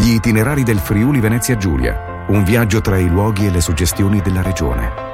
Gli itinerari del Friuli Venezia Giulia, un viaggio tra i luoghi e le suggestioni della regione.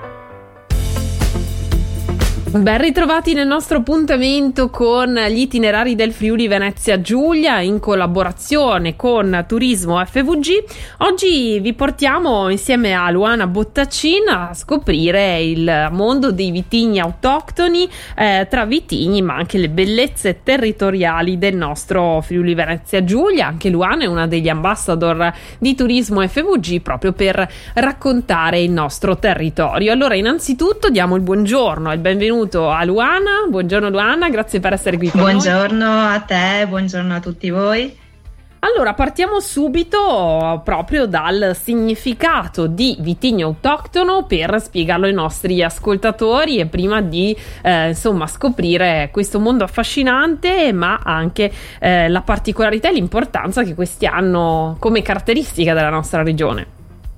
Ben ritrovati nel nostro appuntamento con gli itinerari del Friuli Venezia Giulia in collaborazione con Turismo FVG. Oggi vi portiamo insieme a Luana Bottacin a scoprire il mondo dei vitigni autoctoni, tra vitigni ma anche le bellezze territoriali del nostro Friuli Venezia Giulia. Anche Luana è una degli ambassador di Turismo FVG proprio per raccontare il nostro territorio. Allora, innanzitutto diamo il buongiorno e il benvenuto a Luana. Buongiorno Luana, grazie per essere qui con noi. Buongiorno a te, buongiorno a tutti voi. Allora, partiamo subito proprio dal significato di vitigno autoctono per spiegarlo ai nostri ascoltatori e prima di scoprire questo mondo affascinante, ma anche la particolarità e l'importanza che questi hanno come caratteristica della nostra regione.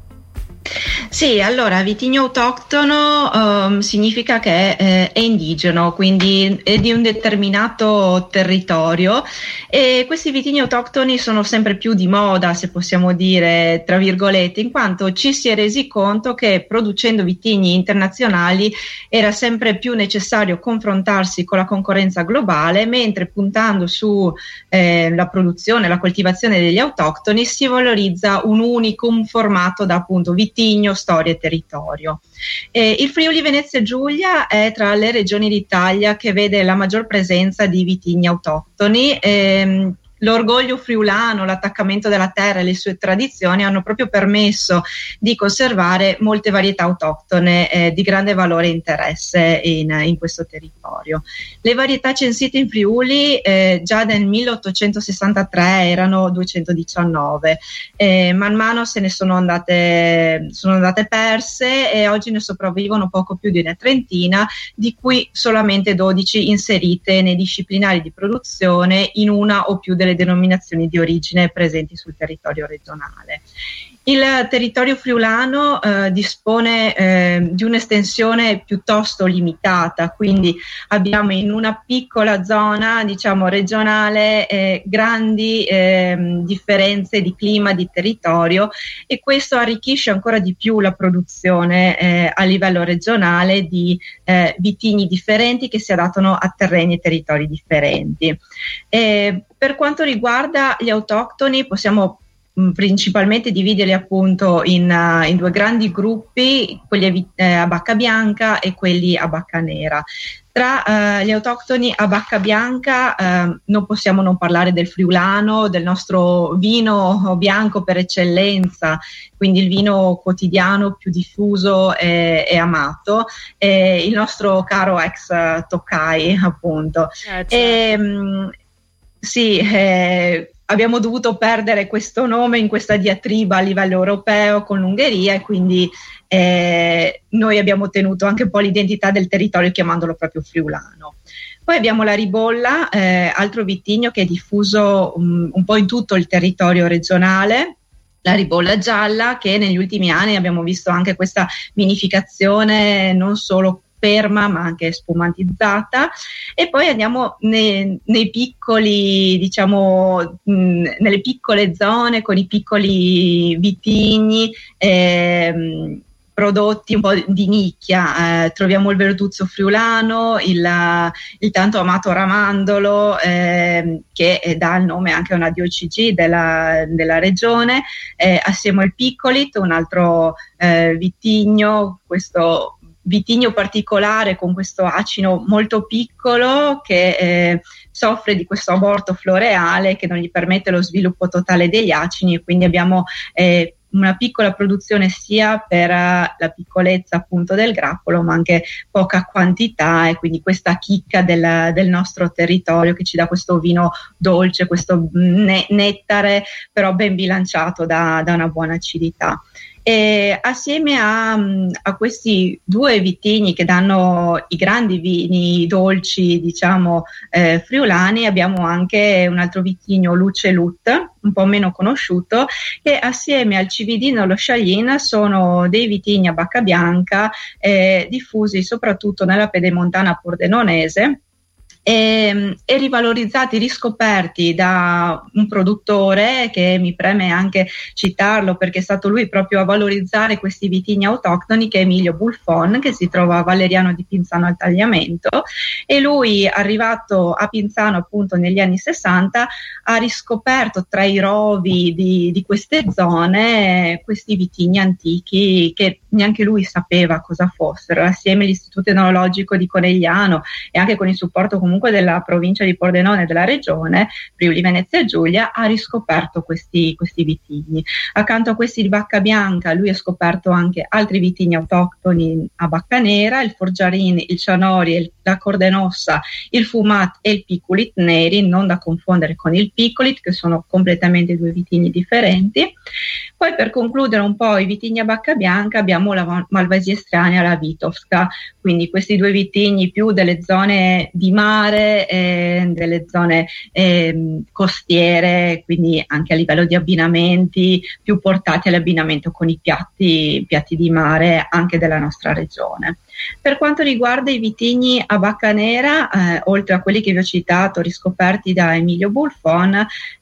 Sì, allora vitigno autoctono significa che è indigeno, quindi è di un determinato territorio, e questi vitigni autoctoni sono sempre più di moda, se possiamo dire, tra virgolette, in quanto ci si è resi conto che producendo vitigni internazionali era sempre più necessario confrontarsi con la concorrenza globale, mentre puntando su la produzione, la coltivazione degli autoctoni si valorizza un unicum formato da appunto vitigno, storia e territorio. Il Friuli Venezia Giulia è tra le regioni d'Italia che vede la maggior presenza di vitigni autoctoni. L'orgoglio friulano, l'attaccamento della terra e le sue tradizioni hanno proprio permesso di conservare molte varietà autoctone di grande valore e interesse in questo territorio. Le varietà censite in Friuli già nel 1863 erano 219, man mano se ne sono andate perse e oggi ne sopravvivono poco più di una trentina, di cui solamente 12 inserite nei disciplinari di produzione in una o più delle denominazioni di origine presenti sul territorio regionale. Il territorio friulano dispone di un'estensione piuttosto limitata, quindi abbiamo in una piccola zona, diciamo regionale, grandi differenze di clima, di territorio, e questo arricchisce ancora di più la produzione a livello regionale di vitigni differenti che si adattano a terreni e territori differenti. Per quanto riguarda gli autoctoni, possiamo principalmente dividerli appunto in due grandi gruppi, quelli a bacca bianca e quelli a bacca nera. Tra gli autoctoni a bacca bianca non possiamo non parlare del friulano, del nostro vino bianco per eccellenza, quindi il vino quotidiano più diffuso e amato, il nostro caro ex Tokai appunto. Certo. Sì, abbiamo dovuto perdere questo nome in questa diatriba a livello europeo con l'Ungheria, e quindi noi abbiamo tenuto anche un po' l'identità del territorio chiamandolo proprio friulano. Poi abbiamo la ribolla, altro vitigno che è diffuso un po' in tutto il territorio regionale. La ribolla gialla, che negli ultimi anni abbiamo visto anche questa vinificazione non solo ferma ma anche spumantizzata. E poi andiamo nei piccoli, diciamo, nelle piccole zone con i piccoli vitigni prodotti un po' di nicchia. Troviamo il Verduzzo friulano, il tanto amato Ramandolo, che dà il nome anche a una DOCG della regione, assieme al Piccolit, un altro vitigno, questo vitigno particolare con questo acino molto piccolo che soffre di questo aborto floreale che non gli permette lo sviluppo totale degli acini, e quindi abbiamo una piccola produzione sia per la piccolezza appunto del grappolo, ma anche poca quantità, e quindi questa chicca del nostro territorio che ci dà questo vino dolce, questo nettare però ben bilanciato da una buona acidità. E assieme a questi due vitigni che danno i grandi vini dolci, diciamo, friulani, abbiamo anche un altro vitigno, Luce Lut, un po' meno conosciuto, che assieme al Cividino e allo Chagrin sono dei vitigni a bacca bianca diffusi soprattutto nella pedemontana pordenonese, e rivalorizzati, riscoperti da un produttore che mi preme anche citarlo perché è stato lui proprio a valorizzare questi vitigni autoctoni, che è Emilio Bulfon, che si trova a Valeriano di Pinzano al Tagliamento, e lui, arrivato a Pinzano appunto negli anni 60, ha riscoperto tra i rovi di queste zone questi vitigni antichi che neanche lui sapeva cosa fossero. Assieme all'Istituto Enologico di Conegliano e anche con il supporto comunque della provincia di Pordenone e della regione Friuli Venezia Giulia, ha riscoperto questi vitigni. Accanto a questi di Bacca Bianca lui ha scoperto anche altri vitigni autoctoni a Bacca Nera, il Forgiarin, il Cianori, la Cordenossa, il Fumat e il Piccolit neri, non da confondere con il Piccolit, che sono completamente due vitigni differenti. Poi, per concludere un po' i vitigni a Bacca Bianca, abbiamo la Malvasia Estranea e la Vitovska, quindi questi due vitigni più delle zone di mare, delle zone costiere, quindi anche a livello di abbinamenti più portati all'abbinamento con i piatti di mare anche della nostra regione. Per quanto riguarda i vitigni a Bacca Nera, oltre a quelli che vi ho citato, riscoperti da Emilio Bulfon,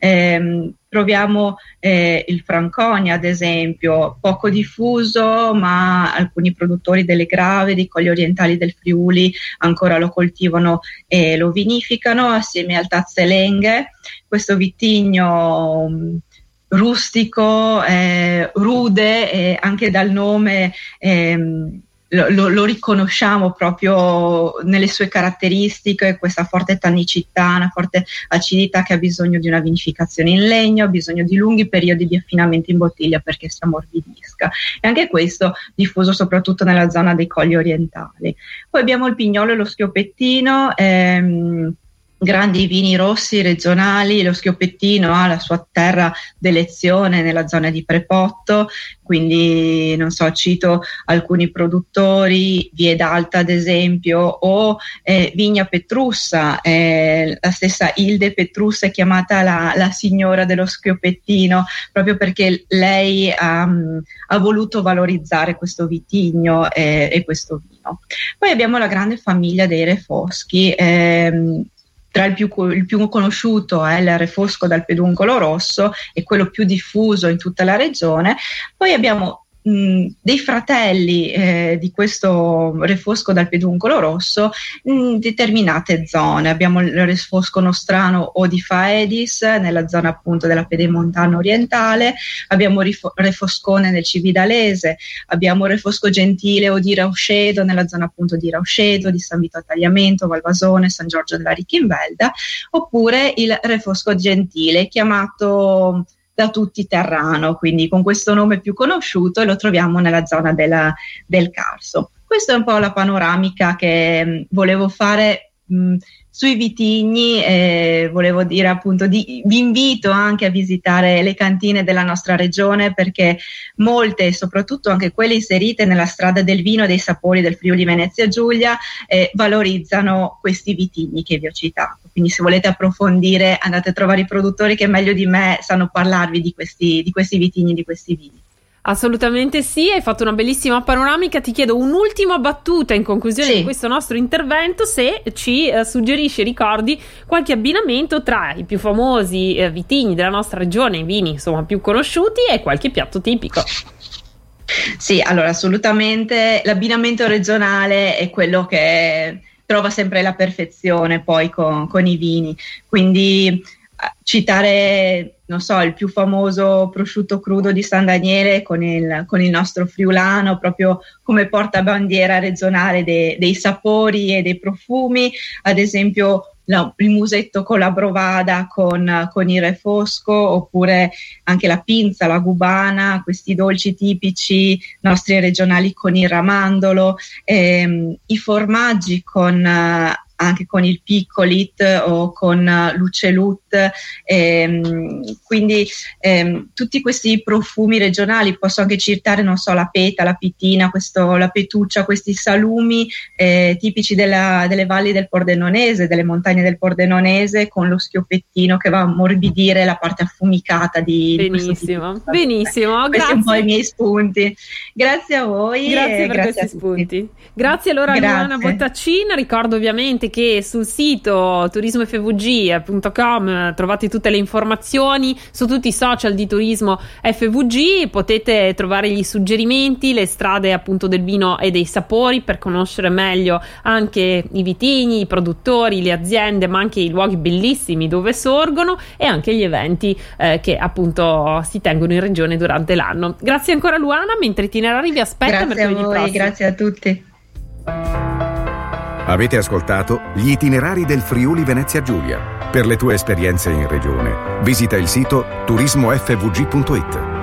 troviamo il Franconia, ad esempio, poco diffuso, ma alcuni produttori delle Grave, dei Colli Orientali del Friuli ancora lo coltivano e lo vinificano, assieme al Tazzelenghe, questo vitigno rustico, rude, anche dal nome lo riconosciamo proprio nelle sue caratteristiche, questa forte tannicità, una forte acidità che ha bisogno di una vinificazione in legno, ha bisogno di lunghi periodi di affinamento in bottiglia perché si ammorbidisca, e anche questo diffuso soprattutto nella zona dei Colli Orientali. Poi abbiamo il Pignolo e lo Schioppettino, grandi vini rossi regionali. Lo Schioppettino ha la sua terra d'elezione nella zona di Prepotto, quindi non so, cito alcuni produttori, Vie d'Alta ad esempio, o Vigna Petrussa, la stessa Ilde Petrussa è chiamata la signora dello Schioppettino proprio perché lei ha voluto valorizzare questo vitigno e questo vino. Poi abbiamo la grande famiglia dei Refoschi. Tra il più conosciuto è il Refosco dal peduncolo rosso, e quello più diffuso in tutta la regione. Poi abbiamo dei fratelli di questo Refosco dal peduncolo rosso in determinate zone. Abbiamo il Refosco nostrano o di Faedis nella zona appunto della Pedemontana orientale, abbiamo Refoscone nel Cividalese, abbiamo Refosco Gentile o di Rauscedo nella zona appunto di Rauscedo, di San Vito a Tagliamento, Valvasone, San Giorgio della Richinvelda, oppure il Refosco Gentile chiamato da tutti Terrano, quindi con questo nome più conosciuto, e lo troviamo nella zona del Carso. Questa è un po' la panoramica che volevo fare sui vitigni, volevo dire appunto vi invito anche a visitare le cantine della nostra regione, perché molte, soprattutto anche quelle inserite nella strada del vino e dei sapori del Friuli Venezia Giulia, valorizzano questi vitigni che vi ho citato. Quindi se volete approfondire andate a trovare i produttori che meglio di me sanno parlarvi di questi vitigni, di questi vini. Assolutamente sì, hai fatto una bellissima panoramica. Ti chiedo un'ultima battuta in conclusione di questo nostro intervento, se ci suggerisci, ricordi qualche abbinamento tra i più famosi vitigni della nostra regione, i vini insomma più conosciuti, e qualche piatto tipico. Sì, allora assolutamente l'abbinamento regionale è quello che trova sempre la perfezione poi con i vini, quindi citare, non so, il più famoso prosciutto crudo di San Daniele con il nostro friulano proprio come portabandiera regionale dei sapori e dei profumi, ad esempio il musetto con la brovada con il Refosco, oppure anche la pinza, la gubana, questi dolci tipici nostri regionali con il ramandolo, i formaggi anche con il Piccolit o con l'Ucelut, quindi tutti questi profumi regionali. Posso anche citare, non so, la peta, la pitina, la petuccia, questi salumi tipici delle valli del Pordenonese, delle montagne del Pordenonese, con lo Schioppettino che va a ammorbidire la parte affumicata di benissimo, benissimo. Questi sono un po' i miei spunti. Grazie a voi. Grazie per questi spunti. Grazie allora a Luana Bottaccina. Ricordo ovviamente sapete che sul sito turismofvg.com trovate tutte le informazioni, su tutti i social di Turismo FVG potete trovare gli suggerimenti, le strade appunto del vino e dei sapori per conoscere meglio anche i vitigni, i produttori, le aziende, ma anche i luoghi bellissimi dove sorgono e anche gli eventi che appunto si tengono in regione durante l'anno. Grazie ancora Luana, mentre Itinerari vi aspetta mercoledì prossimo. Grazie a tutti. Avete ascoltato gli Itinerari del Friuli Venezia Giulia. Per le tue esperienze in regione, visita il sito turismofvg.it.